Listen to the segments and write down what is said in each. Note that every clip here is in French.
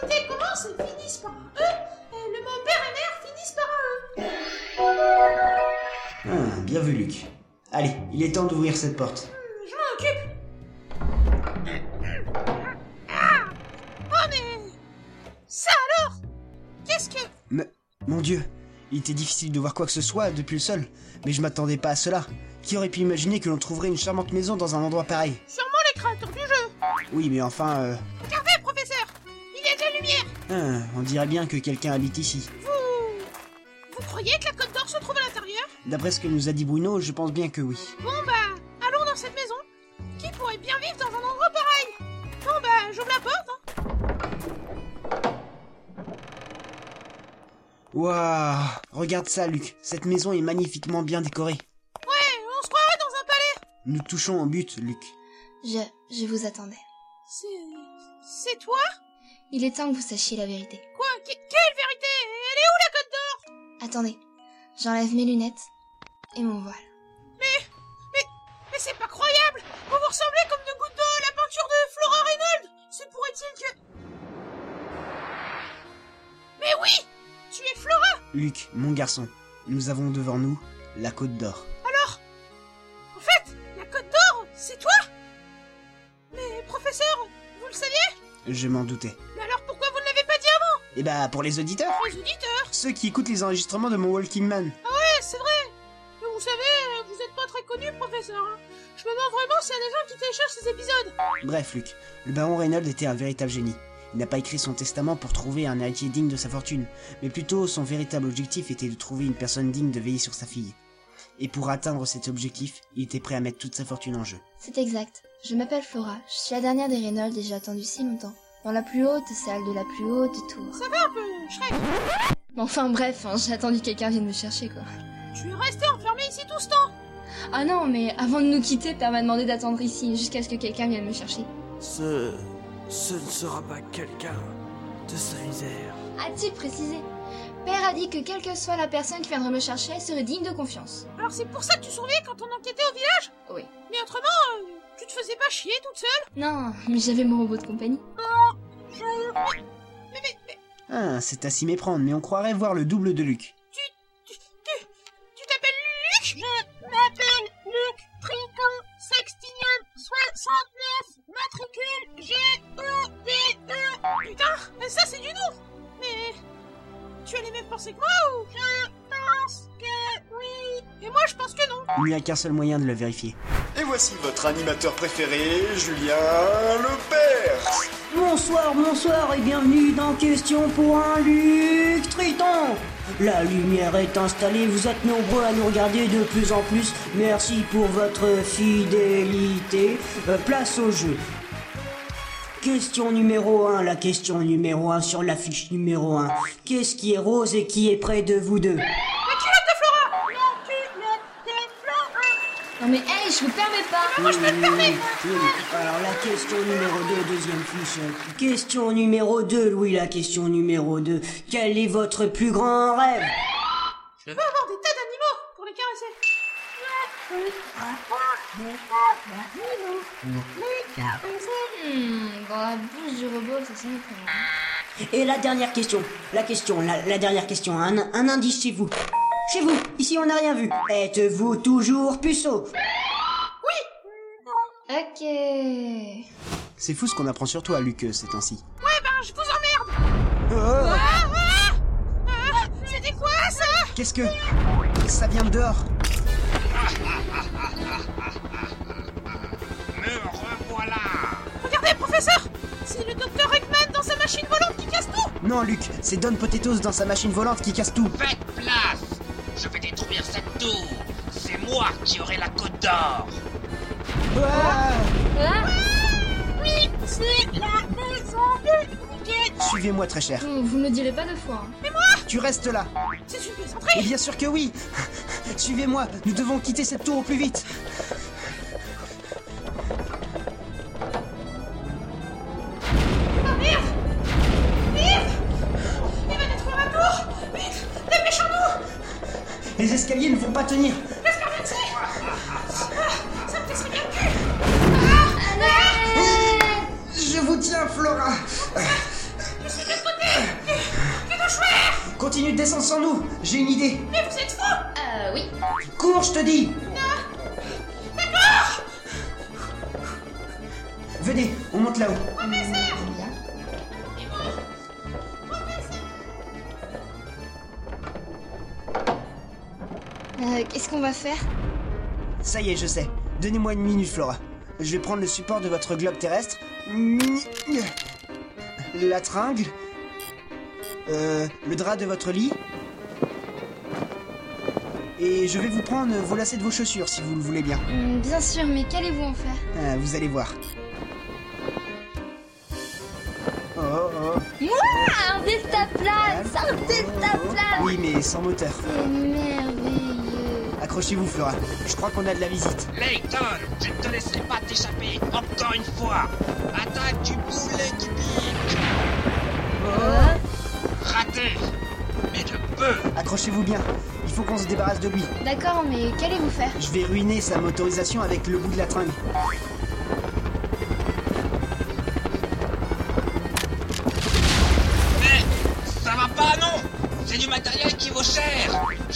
T commence et finisse par un E, et le mot père et mère finissent par un E. Bien vu, Luc. Allez, il est temps d'ouvrir cette porte. Je m'en occupe. Oh mais... Ça alors? Qu'est-ce que... Mais, mon Dieu, il était difficile de voir quoi que ce soit depuis le sol, mais je m'attendais pas à cela. Qui aurait pu imaginer que l'on trouverait une charmante maison dans un endroit pareil? Sûrement les créateurs du jeu. Oui, mais enfin, Regardez, professeur, il y a de la lumière. on dirait bien que quelqu'un habite ici. Vous croyez que la Côte d'Or se trouve à l'intérieur? D'après ce que nous a dit Bruno, je pense bien que oui. Bon bah, allons dans cette maison. Qui pourrait bien vivre dans un endroit pareil? Bon bah, j'ouvre la porte, hein. Waouh, regarde ça, Luc. Cette maison est magnifiquement bien décorée. Ouais, on se croirait dans un palais. Nous touchons au but, Luc. Je vous attendais. C'est toi? Il est temps que vous sachiez la vérité. Quoi? Quelle vérité? Elle est où la Côte d'Or? Attendez, j'enlève mes lunettes et mon voile. Mais c'est pas croyable! Vous vous ressemblez comme deux gouttes d'eau à la peinture de Flora Reynolds! Se pourrait-il que... Mais oui! Tu es Flora! Luc, mon garçon, nous avons devant nous la Côte d'Or. Alors? En fait, la Côte d'Or, c'est toi? Mais professeur, vous le saviez? Je m'en doutais. Mais alors pourquoi vous ne l'avez pas dit avant? Et bah, pour les auditeurs, Les auditeurs? ceux qui écoutent les enregistrements de mon Walking Man. Ah ouais, c'est vrai! Mais vous savez, vous êtes pas très connu, professeur. Hein. Je me demande vraiment s'il y a des gens qui téléchargent ces épisodes. Bref, Luc, le baron Reynolds était un véritable génie. Il n'a pas écrit son testament pour trouver un héritier digne de sa fortune, mais plutôt son véritable objectif était de trouver une personne digne de veiller sur sa fille. Et pour atteindre cet objectif, il était prêt à mettre toute sa fortune en jeu. C'est exact. Je m'appelle Flora. Je suis la dernière des Reynolds et j'ai attendu si longtemps. Dans la plus haute salle de la plus haute tour. Ça va un peu, Shrek. Enfin bref, j'ai attendu que quelqu'un vienne me chercher quoi. Tu es resté enfermé ici tout ce temps. Ah non, mais avant de nous quitter, Père m'a demandé d'attendre ici jusqu'à ce que quelqu'un vienne me chercher. Ce ne sera pas quelqu'un de sa misère. A-t-il précisé? Père a dit que quelle que soit la personne qui viendrait me chercher, elle serait digne de confiance. Alors c'est pour ça que tu surveillais quand on enquêtait au village? Oui. Mais autrement, tu te faisais pas chier toute seule? Non, mais j'avais mon robot de compagnie. Mais... C'est à s'y méprendre, mais on croirait voir le double de Luc. Tu t'appelles Luc? Je m'appelle Luc Triton Sextinium 69 matricule G-O-D-E. Putain, mais ça c'est du lourd. Mais... Tu as les mêmes pensées que moi ou... Je pense que oui. Et moi je pense que non. Il n'y a qu'un seul moyen de le vérifier. Et voici votre animateur préféré, Julien Lepers. Bonsoir et bienvenue dans Question pour un Luc Triton. La lumière est installée, vous êtes nombreux à nous regarder de plus en plus. Merci pour votre fidélité. Place au jeu. Question numéro 1, la question numéro 1 sur l'affiche numéro 1. Qu'est-ce qui est rose et qui est près de vous deux? La culotte de Flora. La culotte de Flora. Non mais hey, je vous permets pas. Moi je peux le permettre. Alors la question numéro 2, deuxième fiche. Question numéro 2, Louis, la question numéro 2. Quel est votre plus grand rêve? Je veux avoir des tas d'animaux pour les caresser. Dans la bouche du robot, ça sonne très bien. Et la dernière question, la dernière question, un indice chez vous. Chez vous, ici on n'a rien vu. Êtes-vous toujours puceau? Ok. C'est fou ce qu'on apprend sur toi, Luc, ces temps-ci. Ouais ben je vous emmerde. C'était quoi ça? Qu'est-ce que... Ça vient de dehors. Me revoilà. Regardez professeur. C'est le docteur Eggman dans sa machine volante qui casse tout. Non, Luc, c'est Don Potatoes dans sa machine volante qui casse tout. Faites place. Je vais détruire cette tour. C'est moi qui aurai la Côte d'Or. Ah Oui, c'est la maison de Mickey. Suivez-moi, très cher. vous me le direz pas deux fois. Hein. Tu restes là. C'est une pièce Et entrée. bien sûr que oui. Suivez-moi, nous devons quitter cette tour au plus vite. Ah merde. Vite. Il va détruire la tour. Vite, dépêchons-nous. Les escaliers ne vont pas tenir. J'espère bien que c'est... Ça me casserait bien le cul. Je vous tiens, Flora. Je c'est de l'autre côté. Que dois-je faire? Continue de descendre sans nous. J'ai une idée. Mais vous êtes fous. Oui. Cours, je te dis. D'accord. Venez, on monte là-haut. Professeur. Bien. Qu'est-ce qu'on va faire? Ça y est, je sais. Donnez-moi une minute, Flora. Je vais prendre le support de votre globe terrestre. La tringle. Le drap de votre lit. Et je vais vous prendre vos lacets de vos chaussures, si vous le voulez bien. Bien sûr, mais qu'allez-vous en faire? Vous allez voir. Oh, oh. Un deltaplane! Un deltaplane! Oui, mais sans moteur. C'est merveilleux. Accrochez-vous, Flora. Je crois qu'on a de la visite. Layton, je ne te laisserai pas t'échapper, encore une fois. Attaque du boulet qui pique. Raté, mais de peu. Accrochez-vous bien. Il faut qu'on se débarrasse de lui. D'accord, mais qu'allez-vous faire? Je vais ruiner sa motorisation avec le bout de la tringle. Mais ça va pas, non. C'est du matériel qui vaut cher.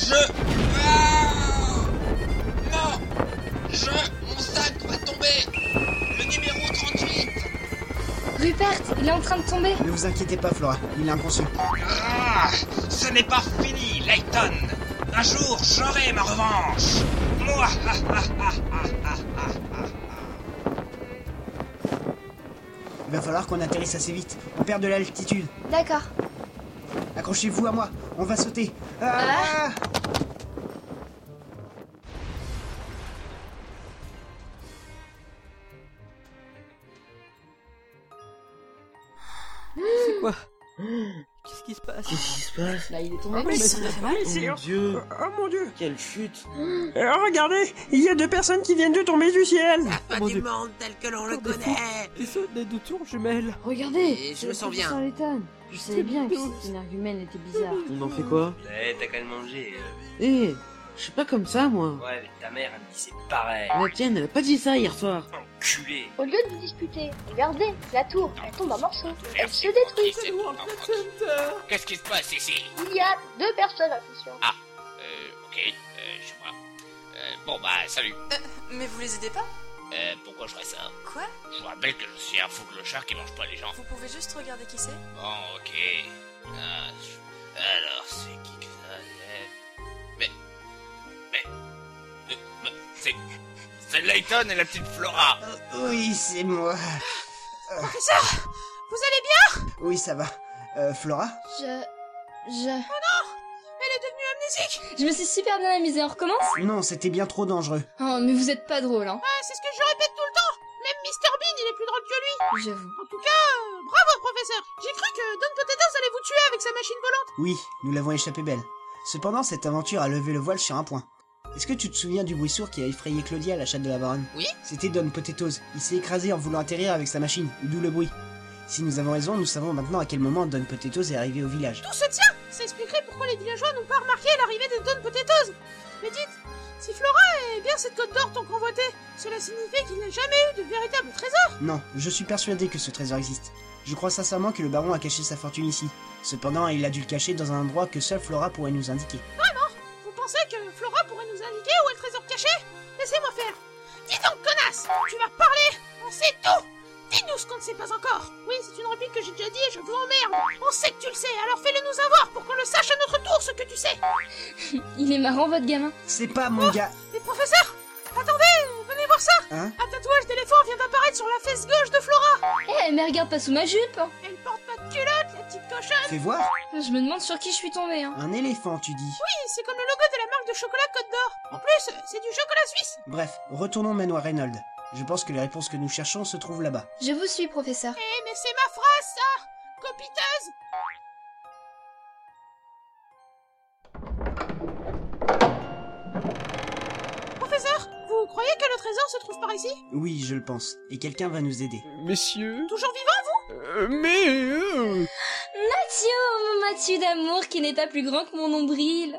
Non. Mon sac va tomber. Le numéro 38. Rupert, il est en train de tomber. Ne vous inquiétez pas, Flora. Il est inconscient. Ah, ce n'est pas fini, Layton. Un jour, j'aurai ma revanche. Moi. Il va falloir qu'on atterrisse assez vite. On perd de l'altitude. D'accord. Accrochez-vous à moi. On va sauter. Ah C'est quoi? Qu'est-ce qui se passe? Qu'est-ce qui se passe? Là, il est tombé. mais ça fait mal, Oh mon Dieu! Oh mon Dieu! Quelle chute! Regardez, il y a 2 personnes qui viennent de tomber du ciel. La fin du monde tel que l'on le connaît. Ils sont des 2 tours jumelles. Regardez, Et je me sens bien. Layton. Je savais bien que cette énergumène était bizarre. On en fait quoi? T'as qu'à le manger. Eh, je suis pas comme ça, moi. Ouais, mais ta mère, elle me dit c'est pareil. La tienne, elle a pas dit ça hier soir. Enculé. Au lieu de vous disputer, regardez, la tour, elle tombe en morceaux. Elle se détruit. Qu'est-ce qui se passe ici? Il y a 2 personnes inconscientes. Ok, je vois. Bon bah, salut. Mais vous les aidez pas? Pourquoi je ferais ça? Quoi? Je vous rappelle que je suis un fou clochard qui mange pas les gens. Vous pouvez juste regarder qui c'est? Bon, ok. Alors, c'est qui que ça est? C'est Layton et la petite Flora. Oui, c'est moi. Professeur, vous allez bien? Oui, ça va. Flora? Elle est devenue amnésique. Je me suis super bien amusée, on recommence? Non, c'était bien trop dangereux. Oh, mais vous êtes pas drôle, hein. C'est ce que je répète tout le temps. Même Mr Bean, il est plus drôle que lui. J'avoue. En tout cas, bravo, professeur. J'ai cru que Don Potatoes allait vous tuer avec sa machine volante. Oui, nous l'avons échappé belle. Cependant, cette aventure a levé le voile sur un point. Est-ce que tu te souviens du bruit sourd qui a effrayé Claudia à la chatte de la baronne? Oui. C'était Don Potatoes. Il s'est écrasé en voulant atterrir avec sa machine, d'où le bruit. Si nous avons raison, nous savons maintenant à quel moment Don Potatoes est arrivé au village. Tout se tient. Ça expliquerait pourquoi les villageois n'ont pas remarqué l'arrivée de Don Potatoes. Mais dites, si Flora est bien cette côte d'or tant convoitée, cela signifie qu'il n'a jamais eu de véritable trésor. Non, je suis persuadé que ce trésor existe. Je crois sincèrement que le baron a caché sa fortune ici. Cependant, il a dû le cacher dans un endroit que seule Flora pourrait nous indiquer. Vous pensez que Flora pourrait nous indiquer où est le trésor caché? Laissez-moi faire. Dis donc, connasse, tu vas parler. On sait tout. Dis-nous ce qu'on ne sait pas encore. Oui, c'est une réplique que j'ai déjà dit et je vous emmerde. On sait que tu le sais, alors fais-le nous savoir pour qu'on le sache à notre tour ce que tu sais. Il est marrant, votre gamin. C'est pas mon gars... Mais professeur, attendez, venez voir ça. Hein? Un tatouage d'éléphant vient d'apparaître sur la fesse gauche de Flora. Eh, mais regarde pas sous ma jupe. Elle porte pas de culotte, la petite cochonne. Fais voir. Je me demande sur qui je suis tombée, hein. Un éléphant, tu dis. Oui, c'est comme le logo de la marque de chocolat Côte d'Or. En plus, c'est du chocolat suisse. Bref, retournons au manoir Reynolds. Je pense que les réponses que nous cherchons se trouvent là-bas. Je vous suis, professeur. Eh, mais c'est ma phrase, ça. Copiteuse. Professeur, vous croyez que le trésor se trouve par ici? Oui, je le pense. Et quelqu'un va nous aider. Messieurs? Toujours vivant, vous? Mathieu, mon Mathieu d'amour qui n'est pas plus grand que mon nombril.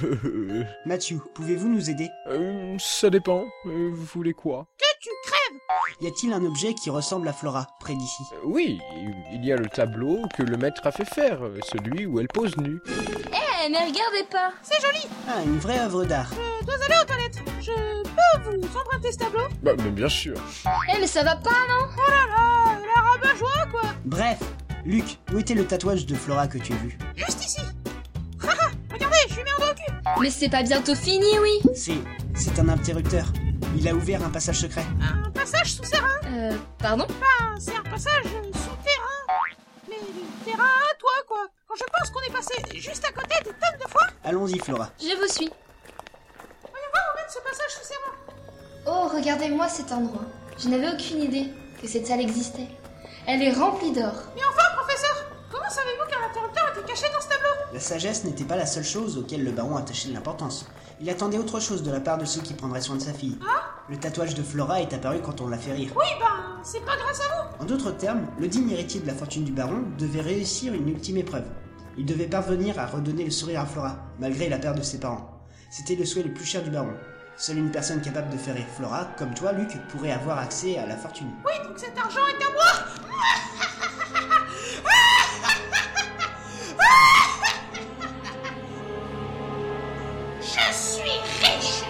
Mathieu, pouvez-vous nous aider? Ça dépend. Vous voulez quoi? Que tu crèves. Y a-t-il un objet qui ressemble à Flora, près d'ici? Oui, il y a le tableau que le maître a fait faire, celui où elle pose nue. Eh, mais regardez pas! C'est joli. Ah, une vraie œuvre d'art. Je dois aller aux toilettes. Je peux vous emprunter ce tableau? Bah, mais bien sûr. Eh, mais ça va pas, non? Oh là là, la rabat-joie, quoi. Bref, Luc, où était le tatouage de Flora que tu as vu? Juste ici. Haha, regardez, je suis mis en dos au cul. Mais c'est pas bientôt fini, oui? C'est un interrupteur. Il a ouvert un passage secret. Un passage souterrain. Pardon? Enfin, c'est un passage souterrain. Mais le terrain à toi, quoi. Quand je pense qu'on est passé juste à côté des tonnes de fois. Allons-y, Flora. Je vous suis. Voyons voir où mène ce passage souterrain. Oh, regardez-moi cet endroit. Je n'avais aucune idée que cette salle existait. Elle est remplie d'or. Mais enfin, professeur, comment savez-vous qu'un interrupteur était caché dans ce tableau? La sagesse n'était pas la seule chose auquel le baron attachait de l'importance. Il attendait autre chose de la part de ceux qui prendraient soin de sa fille. Ah? Le tatouage de Flora est apparu quand on l'a fait rire. Oui, ben, c'est pas grâce à vous. En d'autres termes, le digne héritier de la fortune du baron devait réussir une ultime épreuve. Il devait parvenir à redonner le sourire à Flora, malgré la perte de ses parents. C'était le souhait le plus cher du baron. Seule une personne capable de faire rire Flora, comme toi, Luc, pourrait avoir accès à la fortune. Oui, donc cet argent est à moi. Je suis riche.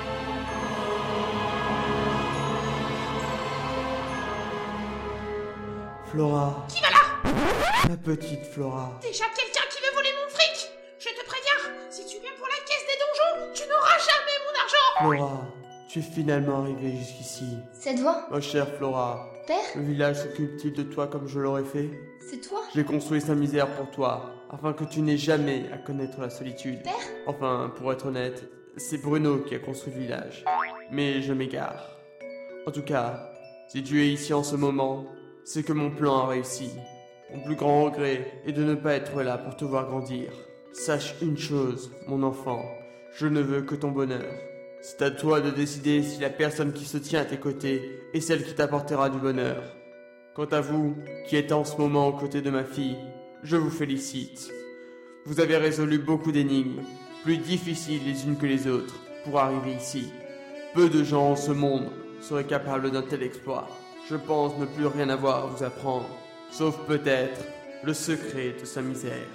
Flora. Qui va là? Ma petite Flora. Déjà quelqu'un qui veut voler mon fric. Je te préviens, si tu viens pour la caisse des donjons, tu n'auras jamais mon argent. Flora, tu es finalement arrivée jusqu'ici. Cette voix? Ma chère Flora. Père? Le village s'occupe-t-il de toi comme je l'aurais fait? C'est toi? J'ai construit Saint-Misère pour toi, afin que tu n'aies jamais à connaître la solitude. Père? Enfin, pour être honnête, c'est Bruno qui a construit le village. Mais je m'égare. En tout cas, si tu es ici en ce moment, c'est que mon plan a réussi. Mon plus grand regret est de ne pas être là pour te voir grandir. Sache une chose, mon enfant, je ne veux que ton bonheur. C'est à toi de décider si la personne qui se tient à tes côtés est celle qui t'apportera du bonheur. Quant à vous, qui êtes en ce moment aux côtés de ma fille, je vous félicite. Vous avez résolu beaucoup d'énigmes, plus difficiles les unes que les autres, pour arriver ici. Peu de gens en ce monde seraient capables d'un tel exploit. Je pense ne plus rien avoir à vous apprendre, sauf peut-être le secret de Saint-Misère.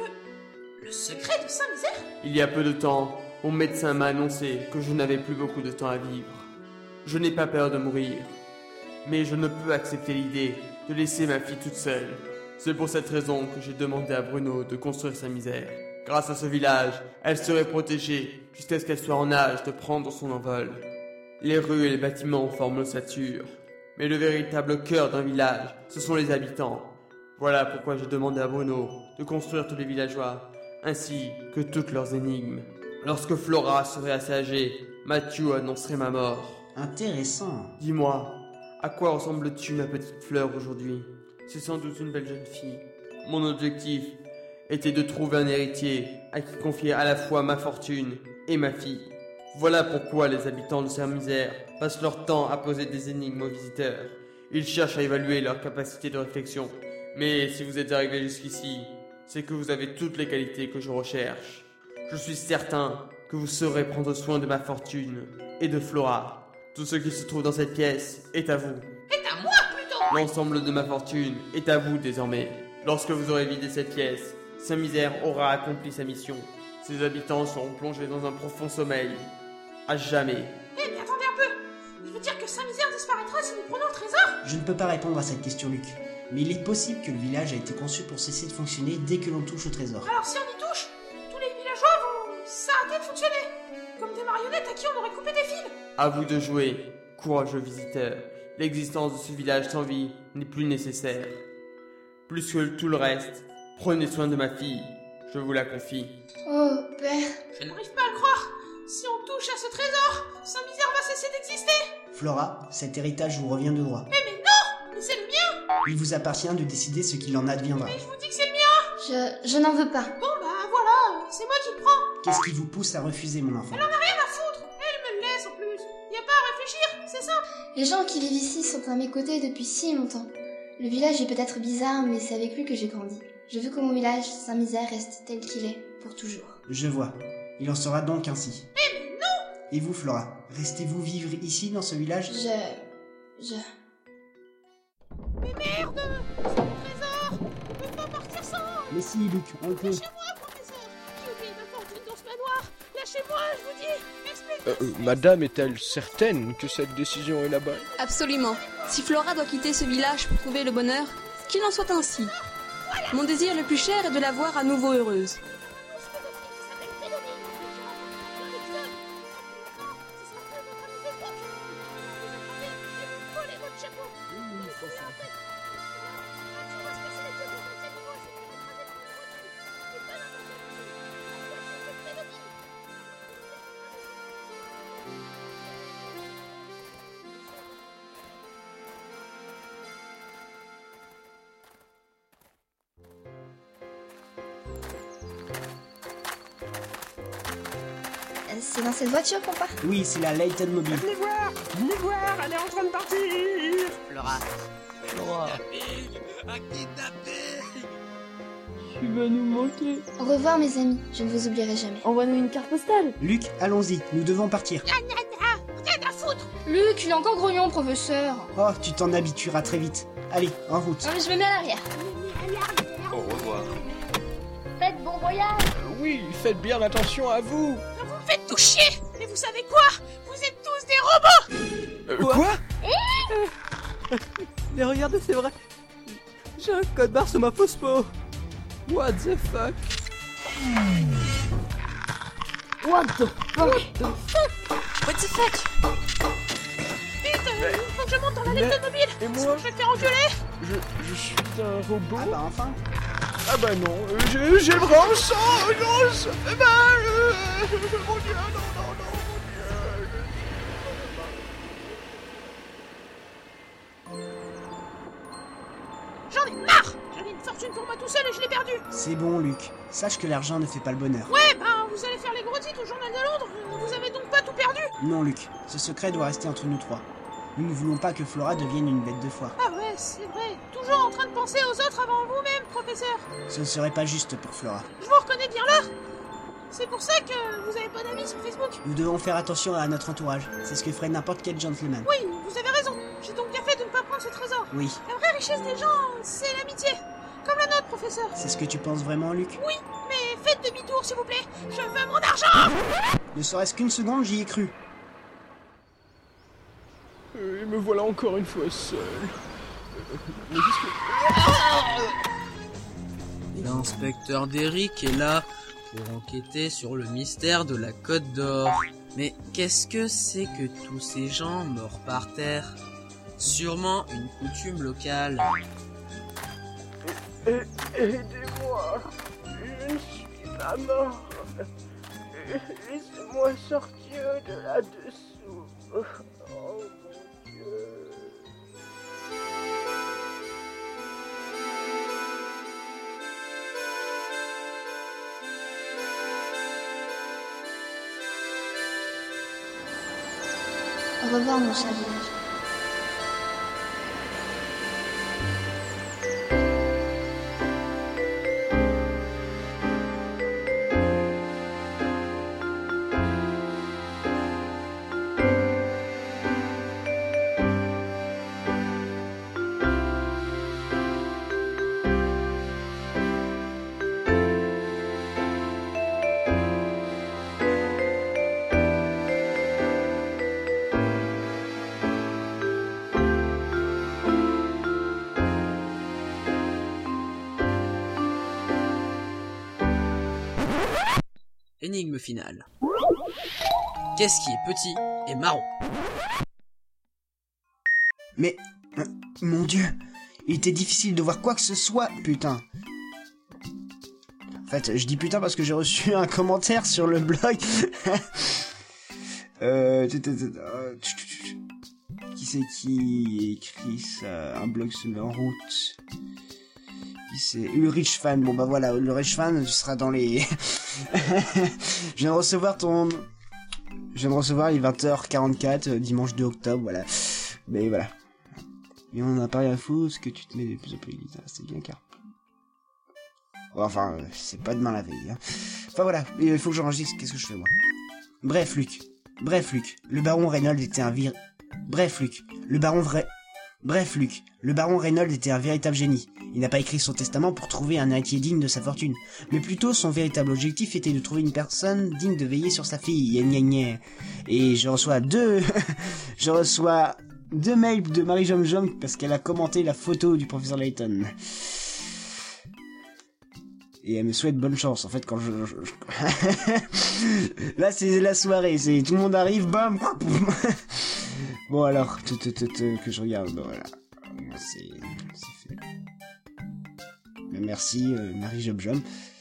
Le secret de Saint-Misère? Il y a peu de temps, mon médecin m'a annoncé que je n'avais plus beaucoup de temps à vivre. Je n'ai pas peur de mourir, mais je ne peux accepter l'idée de laisser ma fille toute seule. C'est pour cette raison que j'ai demandé à Bruno de construire Saint-Misère. Grâce à ce village, elle serait protégée jusqu'à ce qu'elle soit en âge de prendre son envol. Les rues et les bâtiments forment l'ossature, mais le véritable cœur d'un village, ce sont les habitants. Voilà pourquoi j'ai demandé à Bruno de construire tous les villageois, ainsi que toutes leurs énigmes. Lorsque Flora serait assez âgée, Mathieu annoncerait ma mort. Intéressant. Dis-moi, à quoi ressembles-tu, ma petite fleur, aujourd'hui? C'est sans doute une belle jeune fille. Mon objectif était de trouver un héritier à qui confier à la fois ma fortune et ma fille. Voilà pourquoi les habitants de Saint-Misère passent leur temps à poser des énigmes aux visiteurs. Ils cherchent à évaluer leur capacité de réflexion. Mais si vous êtes arrivé jusqu'ici, c'est que vous avez toutes les qualités que je recherche. Je suis certain que vous saurez prendre soin de ma fortune et de Flora. Tout ce qui se trouve dans cette pièce est à vous. Est à moi, plutôt. L'ensemble de ma fortune est à vous désormais. Lorsque vous aurez vidé cette pièce, Saint-Misère aura accompli sa mission. Ses habitants seront plongés dans un profond sommeil. À jamais. Eh mais attendez un peu. Il veut dire que Saint-Misère disparaîtra si nous prenons le trésor? Je ne peux pas répondre à cette question, Luc. Mais il est possible que le village a été conçu pour cesser de fonctionner dès que l'on touche au trésor. Alors si on y touche, tous les villageois vont s'arrêter de fonctionner. Comme des marionnettes à qui on aurait coupé des fils. À vous de jouer, courageux visiteurs. L'existence de ce village sans vie n'est plus nécessaire. Plus que tout le reste, prenez soin de ma fille. Je vous la confie. Oh, père. Je n'arrive pas à le croire. Si on touche à ce trésor, Saint-Misère va cesser d'exister. Flora, cet héritage vous revient de droit. Mais non! Mais c'est le mien! Il vous appartient de décider ce qu'il en adviendra. Mais je vous dis que c'est le mien! Je n'en veux pas. Bon bah voilà, c'est moi qui le prends. Qu'est-ce qui vous pousse à refuser, mon enfant? Elle en a rien à foutre. Elle me le laisse en plus. Y a pas à réfléchir, c'est simple. Les gens qui vivent ici sont à mes côtés depuis si longtemps. Le village est peut-être bizarre, mais c'est avec lui que j'ai grandi. Je veux que mon village, Saint-Misère, reste tel qu'il est, pour toujours. Je vois. Il en sera donc ainsi. Mais non! Et vous, Flora, restez-vous vivre ici, dans ce village? Mais merde! C'est mon trésor! On peut pas partir sans! Mais si, Luc, on le peut. Lâchez-moi, professeur! J'ai oublié ma fortune dans ce manoir! Lâchez-moi, je vous dis! Espèce de... Madame est-elle certaine que cette décision est la bonne? Absolument. Si Flora doit quitter ce village pour trouver le bonheur, qu'il en soit ainsi. Mon désir le plus cher est de la voir à nouveau heureuse. C'est dans cette voiture qu'on part? Oui, c'est la Layton Mobile. Venez voir, elle est en train de partir. Flora. Tu vas nous manquer. Au revoir mes amis, je ne vous oublierai jamais. Envoie-nous une carte postale. Luc, allons-y, nous devons partir. Rien à foutre! Luc, il est encore grognon, professeur. Oh, tu t'en habitueras très vite. Allez, en route. Non mais je me mets à l'arrière. Au revoir. Faites bon voyage. Oui, faites bien attention à vous. Vous me faites tout chier! Mais vous savez quoi? Vous êtes tous des robots! Quoi? Mais regardez, c'est vrai. J'ai un code barre sur ma fausse peau. What the fuck? What the fuck? What the fuck? Vite, faut que je monte dans la Layton Mobile! Et moi? Sinon je vais te faire engueuler! Je suis un robot? Ah bah enfin. Ah bah non, j'ai vraiment le sang, non, ça fait mal. Mon Dieu, non, mon Dieu. J'en ai marre! J'avais une fortune pour moi tout seul et je l'ai perdue! C'est bon, Luc. Sache que l'argent ne fait pas le bonheur. Ouais, ben vous allez faire les gros titres au journal de Londres! Vous avez donc pas tout perdu? Non, Luc. Ce secret doit rester entre nous trois. Nous ne voulons pas que Flora devienne une bête de foire. Ah ouais, c'est vrai. Toujours en train de penser aux autres avant vous-même, professeur. Ce ne serait pas juste pour Flora. Je vous reconnais bien là. C'est pour ça que vous avez pas d'amis sur Facebook. Nous devons faire attention à notre entourage. C'est ce que ferait n'importe quel gentleman. Oui, vous avez raison. J'ai donc bien fait de ne pas prendre ce trésor. Oui. La vraie richesse des gens, c'est l'amitié. Comme la nôtre, professeur. C'est ce que tu penses vraiment, Luc? Oui, mais faites demi-tour, s'il vous plaît. Je veux mon argent. Ne serait-ce qu'une seconde, j'y ai cru. Et me voilà encore une fois seul. Mais L'inspecteur Derrick est là pour enquêter sur le mystère de la Côte d'Or. Mais qu'est-ce que c'est que tous ces gens morts par terre? Sûrement une coutume locale. Aidez-moi, je ne suis pas mort. Laissez-moi sortir de là-dessous. Oh mon Dieu. Au revoir mon cher village. Énigme finale. Qu'est-ce qui est petit et marron? Mais... mon Dieu. Il était difficile de voir quoi que ce soit, putain. En fait, je dis putain parce que j'ai reçu un commentaire sur le blog. Qui c'est qui écrit ça? Un blog se met en route. Qui c'est? Ulrich Fan. Bon bah voilà, Ulrich Fan, tu seras dans les... Je viens de recevoir les 20h44, dimanche 2 octobre, voilà. Mais voilà. Mais on n'a pas rien à foutre, ce que tu te mets des plus en plus, c'est bien car. Enfin, c'est pas demain la veille, hein. Enfin voilà, il faut que j'enregistre, qu'est-ce que je fais moi? Bref, Luc. Le baron Reynolds était un Bref, Luc. Le baron Bref, Luc, le baron Reynolds était un véritable génie. Il n'a pas écrit son testament pour trouver un héritier digne de sa fortune, mais plutôt son véritable objectif était de trouver une personne digne de veiller sur sa fille. Et je reçois deux mails de Marie Jom Jom parce qu'elle a commenté la photo du professeur Layton. Et elle me souhaite bonne chance. En fait, quand là, c'est la soirée. C'est tout le monde arrive, bam. Bon alors, que je regarde. Voilà, c'est fait. Mais merci, Marie Jom Jom.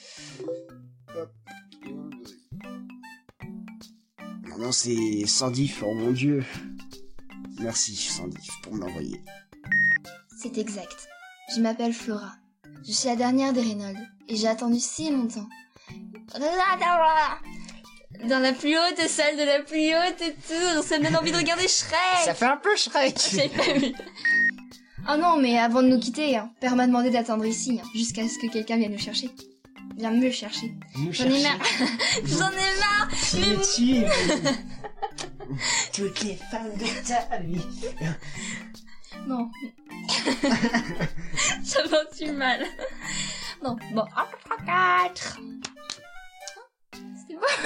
Non, c'est Sandif. Oh mon Dieu. Merci Sandif pour me l'envoyer. C'est exact. Je m'appelle Flora. Je suis la dernière des Reynolds. Et j'ai attendu si longtemps. Dans la plus haute salle de la plus haute tour. Ça me donne envie de regarder Shrek. Ça fait un peu Shrek. J'ai pas vu. Oh non, mais avant de nous quitter, Père m'a demandé d'attendre ici, jusqu'à ce que quelqu'un vienne nous chercher. Viens me chercher. J'en ai marre. J'en ai marre. Mais toutes les femmes de ta vie. Non. Ça va-tu mal. Non, bon. 4. C'est bon.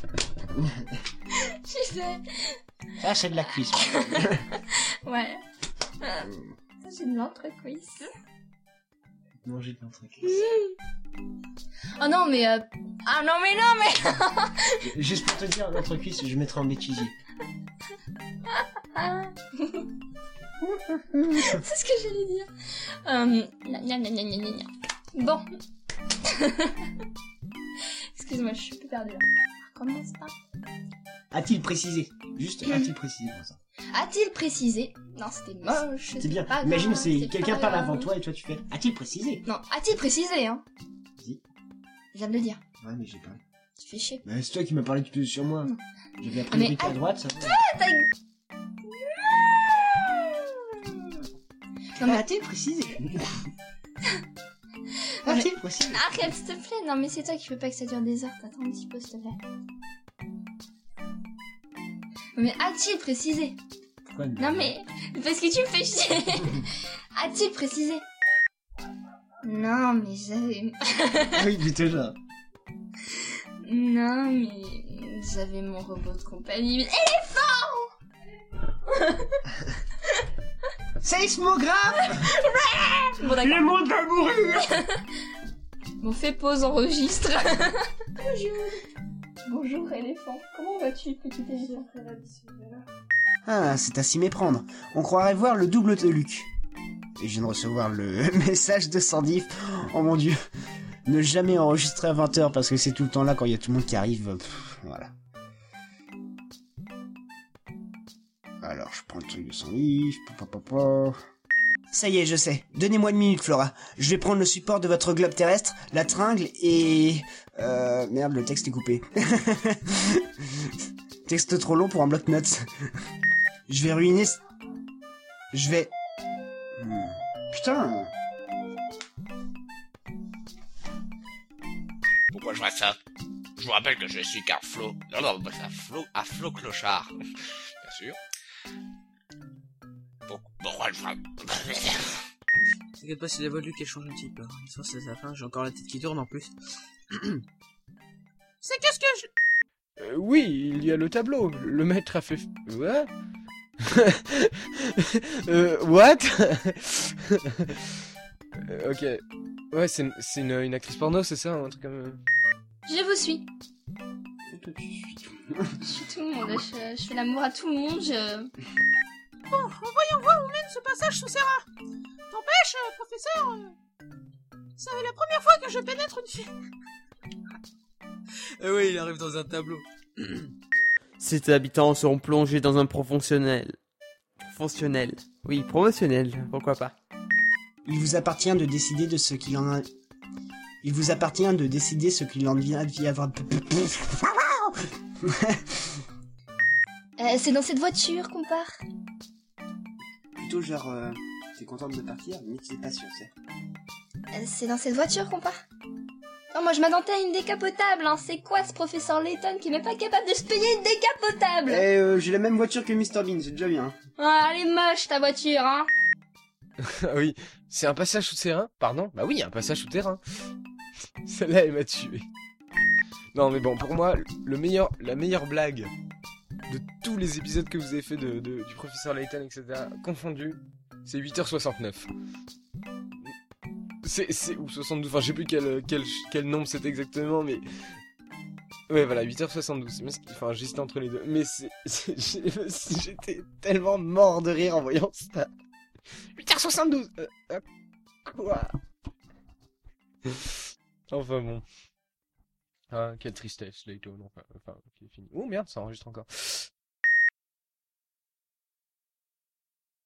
Tu sais. Ça, c'est de la cuisse. Ouais. Ça, c'est de l'entrecuisse. Manger de l'entrecuisse. Oh non, mais... Ah non, mais... Juste pour te dire, l'entrecuisse, je mettrai en bêtisier. C'est ce que j'allais dire. Bon. Excuse-moi, je suis un peu perdue là. Comment ça? A-t-il précisé? Juste, a-t-il précisé pour ça? A-t-il précisé? Non, c'était moche. C'est bien. Imagine, c'est quelqu'un parle avant toi et toi tu fais. A-t-il précisé? Non, a-t-il précisé, hein? Dis. Je viens de le dire. Ouais, mais j'ai parlé. Tu fais chier. Mais c'est toi qui m'as parlé tout sur moi. Non. J'avais appris le brique à droite, ça. Non, mais a-t-il précisé? A-t-il précisé? Arrête, s'il te plaît. Non, mais c'est toi qui veux pas que ça dure des heures. T'attends un petit peu, s'il te plaît. Mais a-t-il précisé? Pourquoi non, mais... Parce que tu me fais chier. A-t-il précisé? Non, mais j'avais... Oui, mais toujours. Non, mais... J'avais mon robot de compagnie. Mais... Éléphant! Seismographe. Bon, d'accord. Le monde va mourir. Bon, fais pause, enregistre. Bonjour, éléphant. Comment vas-tu, petit éléphant? Ah, c'est à s'y méprendre. On croirait voir le double de Luc. Et je viens de recevoir le message de Sandif. Oh mon Dieu. Ne jamais enregistrer à 20h parce que c'est tout le temps là quand il y a tout le monde qui arrive. Voilà. Alors, je prends le truc de Sandif. Ça y est, je sais. Donnez-moi une minute, Flora. Je vais prendre le support de votre globe terrestre, la tringle et... Merde, le texte est coupé. Texte trop long pour un bloc-notes. Je vais ruiner... Je vais... Putain. Pourquoi je ferais ça? Je vous rappelle que je suis Carflo. Non, à Flo Clochard. Bien sûr. Pourquoi je ferais... T'inquiète pas, c'est la voix de Luc qui change un petit peu. Ça, c'est la fin, j'ai encore la tête qui tourne en plus. C'est qu'est-ce que je... Oui, il y a le tableau. Le maître a fait... What? What? Ok. Ouais, c'est une actrice porno, c'est ça? Un truc comme... Je vous suis. Je suis tout le monde. Je fais l'amour à tout le monde, Bon, voyons voir où mène ce passage sous Serra. T'empêche, professeur... C'est la première fois que je pénètre une fille. Oui, il arrive dans un tableau. Ces habitants seront plongés dans un promotionnel. Oui, promotionnel, pourquoi pas. Il vous appartient de décider de ce qu'il en a... Il vous appartient de décider ce qu'il en vient d'y avoir... c'est dans cette voiture qu'on part. Plutôt genre... T'es contente de partir, mais c'est pas sûr, c'est... C'est dans cette voiture qu'on part. Oh, moi je m'attendais à une décapotable, hein. C'est quoi ce professeur Layton qui est même pas capable de se payer une décapotable? J'ai la même voiture que Mr Bean, c'est déjà bien. Ah, elle est moche ta voiture, hein. Ah oui, c'est un passage souterrain? Pardon? Bah oui, un passage souterrain. Celle-là, elle m'a tué. Non, mais bon, pour moi, la meilleure blague de tous les épisodes que vous avez fait du professeur Layton, etc., confondu, c'est 8h69. Ou 72, enfin, je sais plus quel nombre c'était exactement, mais... Ouais, voilà, 8h72. Enfin, j'hésitais entre les deux. Mais j'étais tellement mort de rire en voyant ça. 8h72 quoi? Enfin bon. Ah, quelle tristesse, Layton. Enfin, ok, fini. Oh merde, ça enregistre encore.